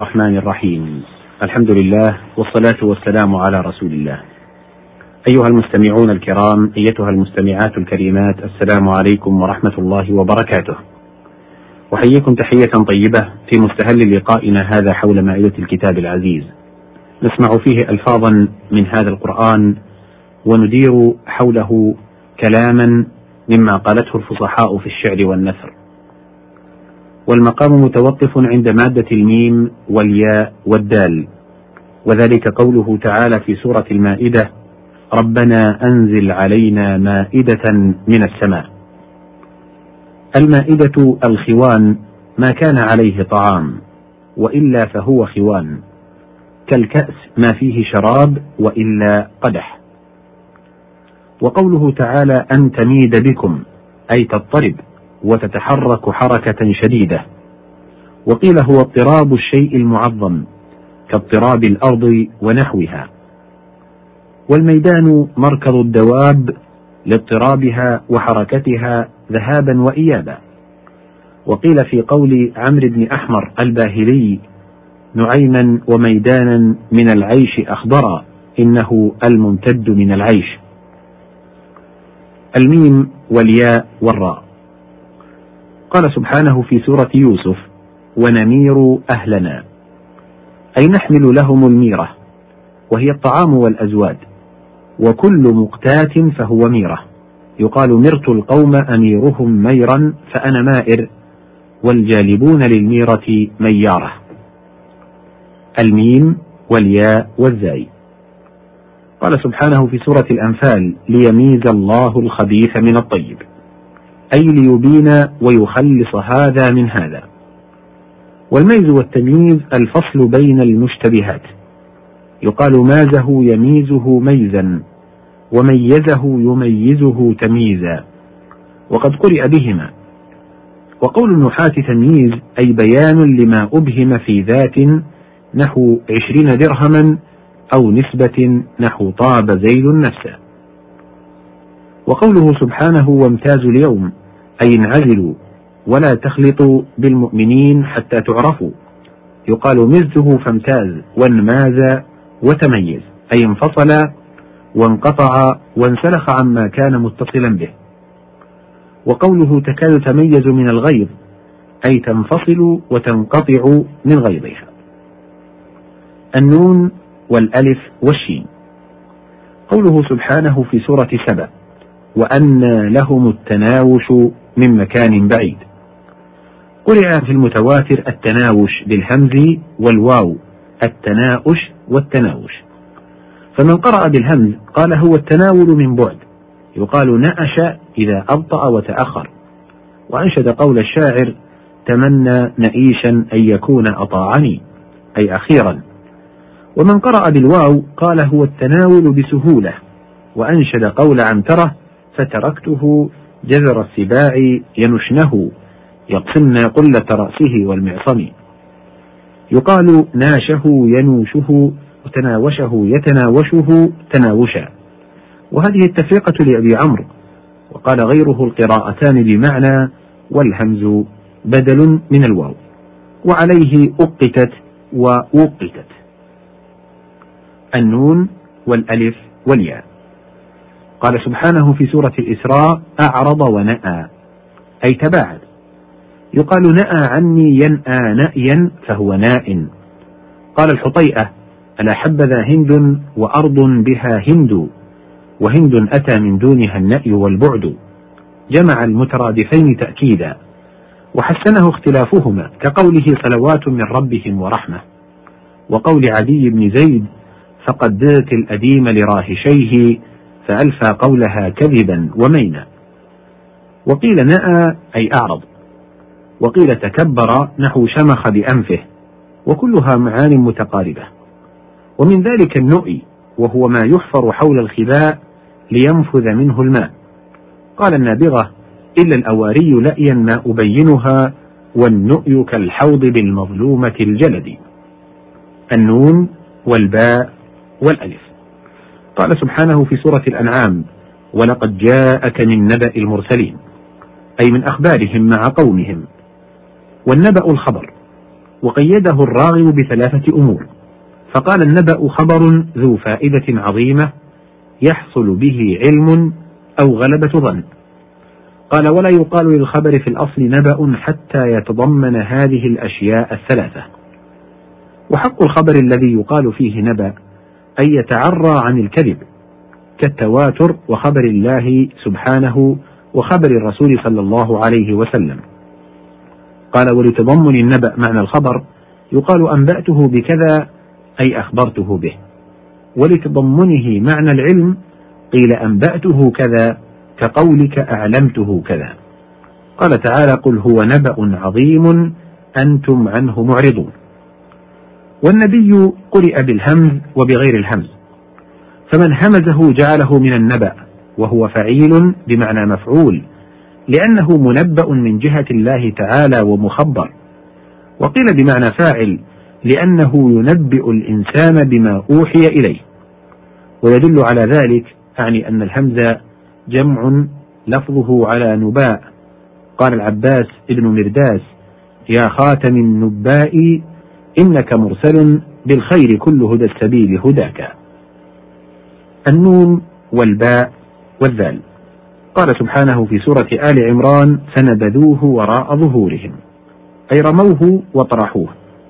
الرحمن الرحيم. الحمد لله والصلاة والسلام على رسول الله. أيها المستمعون الكرام، أيتها المستمعات الكريمات، السلام عليكم ورحمة الله وبركاته. أحييكم تحية طيبة في مستهل لقائنا هذا حول مائدة الكتاب العزيز، نسمع فيه ألفاظا من هذا القرآن وندير حوله كلاما مما قالته الفصحاء في الشعر والنثر. والمقام متوقف عند مادة الميم والياء والدال، وذلك قوله تعالى في سورة المائدة: ربنا أنزل علينا مائدة من السماء. المائدة الخوان، ما كان عليه طعام وإلا فهو خوان، كالكأس ما فيه شراب وإلا قدح. وقوله تعالى أن تميد بكم، أي تضطرب وتتحرك حركة شديدة. وقيل هو اضطراب الشيء المعظم كاضطراب الأرض ونحوها. والميدان مركض الدواب لاضطرابها وحركتها ذهابا وإيابا. وقيل في قول عمرو بن أحمر الباهلي: نعيما وميدانا من العيش أخضرا، إنه الممتد من العيش. الميم والياء والراء. قال سبحانه في سورة يوسف: ونمير أهلنا، أي نحمل لهم الميرة، وهي الطعام والأزواج، وكل مقتات فهو ميرة. يقال مرت القوم أميرهم ميرا فأنا مائر، والجالبون للميرة ميارة. الميم والياء والزاي. قال سبحانه في سورة الأنفال: ليميز الله الخبيث من الطيب، أي ليبين ويخلص هذا من هذا. والميز والتمييز الفصل بين المشتبهات. يقال مازه يميزه ميزا، وميزه يميزه تمييزا، وقد قرئ بهما. وقول النحاة تمييز، أي بيان لما أبهم في ذات، نحو 20 درهما، أو نسبة نحو طاب زيد نفسه. وقوله سبحانه وامتازوا اليوم، أي انعزلوا ولا تخلطوا بالمؤمنين حتى تعرفوا. يقال مزه فامتاز، وانماز وتميز، أي انفصل وانقطع وانسلخ عما كان متصلا به. وقوله تكاد تميز من الغيظ، أي تنفصل وتنقطع من غيظها. النون والألف والشين. قوله سبحانه في سورة سبأ: وأنى لهم التناوش من مكان بعيد. قرئ في المتواتر التناوش بالهمز والواو، التناؤش والتناوش. فمن قرأ بالهمز قال هو التناول من بعد. يقال نأش إذا أبطأ وتأخر. وأنشد قول الشاعر: تمنى نئيشا أن يكون أطاعني، أي أخيرا. ومن قرأ بالواو قال هو التناول بسهولة. وأنشد قول عنترة: فتركته جذر السباع ينشنه، يقصن قلة رأسه والمعصم. يقال ناشه ينوشه، وتناوشه يتناوشه تناوشا. وهذه التفرقة لأبي عمرو. وقال غيره القراءتان بمعنى، والهمز بدل من الواو، وعليه أقتت ووقتت. النون والألف والياء. قال سبحانه في سورة الإسراء: أعرض ونأى، أي تباعد. يقال نأى عني ينأى نأيا، فهو ناء. قال الحطيئة: ألا حبذا هند وأرض بها هند، وهند أتى من دونها النأي والبعد. جمع المترادفين تأكيدا، وحسنه اختلافهما، كقوله صلوات من ربهم ورحمة، وقول عدي بن زيد: فقدرت الأديم لراهشيه، فألفى قولها كذبا ومينا. وقيل نأى أي أعرض. وقيل تكبر نحو شمخ بأنفه، وكلها معان متقاربة. ومن ذلك النؤي، وهو ما يحفر حول الخباء لينفذ منه الماء. قال النابغة: إلا الأواري لأيا ما أبينها، والنؤي كالحوض بالمظلومة الجلد. النون والباء والألف. قال سبحانه في سورة الأنعام: ولقد جاءك من نبأ المرسلين، أي من أخبارهم مع قومهم. والنبأ الخبر، وقيده الراغب ب3 أمور، فقال: النبأ خبر ذو فائدة عظيمة يحصل به علم أو غلبة ظن. قال: ولا يقال للخبر في الأصل نبأ حتى يتضمن هذه الأشياء ال3. وحق الخبر الذي يقال فيه نبأ أن يتعرى عن الكذب، كالتواتر وخبر الله سبحانه وخبر الرسول صلى الله عليه وسلم. قال: ولتضمن النبأ معنى الخبر يقال أنبأته بكذا أي أخبرته به، ولتضمنه معنى العلم قيل أنبأته كذا كقولك أعلمته كذا. قال تعالى: قل هو نبأ عظيم أنتم عنه معرضون. والنبي قرئ بالهمز وبغير الهمز، فمن همزه جعله من النبأ، وهو فعيل بمعنى مفعول، لأنه منبأ من جهة الله تعالى ومخبر. وقيل بمعنى فاعل لأنه ينبئ الإنسان بما أوحي إليه. ويدل على ذلك أعني أن الهمز جمع لفظه على نباء. قال العباس ابن مرداس: يا خاتم النباء إنك مرسل بالخير كل هدى السبيل هداك. النون والباء والذال. قال سبحانه في سورة آل عمران: فنبذوه وراء ظهورهم، أي رموه وطرحوه.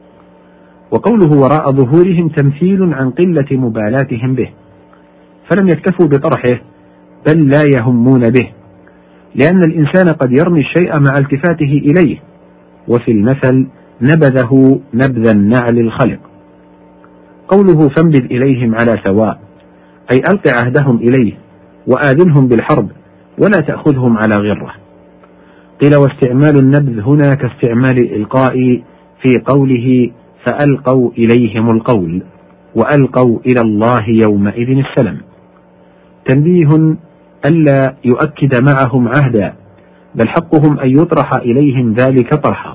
وقوله وراء ظهورهم تمثيل عن قلة مبالاتهم به، فلم يكتفوا بطرحه بل لا يهمون به، لأن الإنسان قد يرمي الشيء مع التفاته إليه، وفي المثل نبذه نبذ النعل الخلق. قوله فانبذ إليهم على سواء، أي ألق عهدهم إليه وآذنهم بالحرب ولا تأخذهم على غرة. قيل: واستعمال النبذ هنا كاستعمال الإلقاء في قوله فألقوا إليهم القول، وألقوا إلى الله يومئذ السلم. تنبيه ألا يؤكد معهم عهدا، بل حقهم أن يطرح إليهم ذلك طرحا.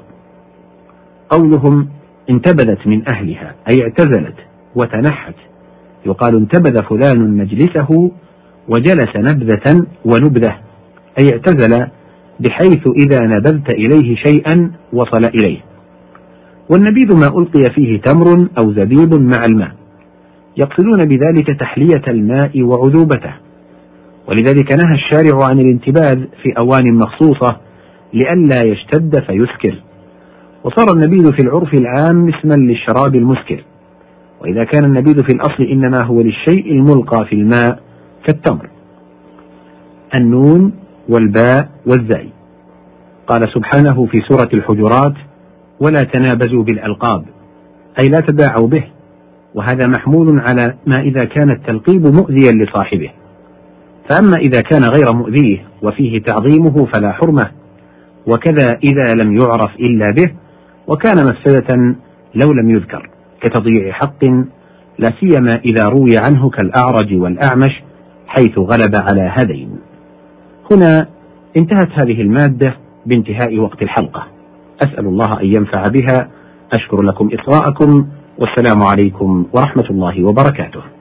قولهم انتبذت من أهلها أي اعتزلت وتنحت، يقال انتبذ فلان مجلسه وجلس نبذة ونبذة، أي اعتزل بحيث إذا نبذت إليه شيئا وصل إليه. والنبيذ ما ألقي فيه تمر أو زبيب مع الماء، يقصدون بذلك تحلية الماء وعذوبته، ولذلك نهى الشارع عن الانتباذ في أوان مخصوصة لئلا يشتد فيسكر. وصار النبيذ في العرف العام اسما للشراب المسكر، وإذا كان النبيذ في الأصل إنما هو للشيء الملقى في الماء كالتمر. النون والباء والزاي. قال سبحانه في سورة الحجرات: ولا تنابزوا بالألقاب، أي لا تداعوا به، وهذا محمول على ما إذا كان التلقيب مؤذيا لصاحبه، فأما إذا كان غير مؤذيه وفيه تعظيمه فلا حرمة، وكذا إذا لم يعرف إلا به، وكان مفسدة لو لم يذكر، كتضييع حق، لا سيما إذا روي عنه كالأعرج والأعمش حيث غلب على هذين. هنا انتهت هذه المادة بانتهاء وقت الحلقة، أسأل الله أن ينفع بها. أشكر لكم إصغاءكم، والسلام عليكم ورحمة الله وبركاته.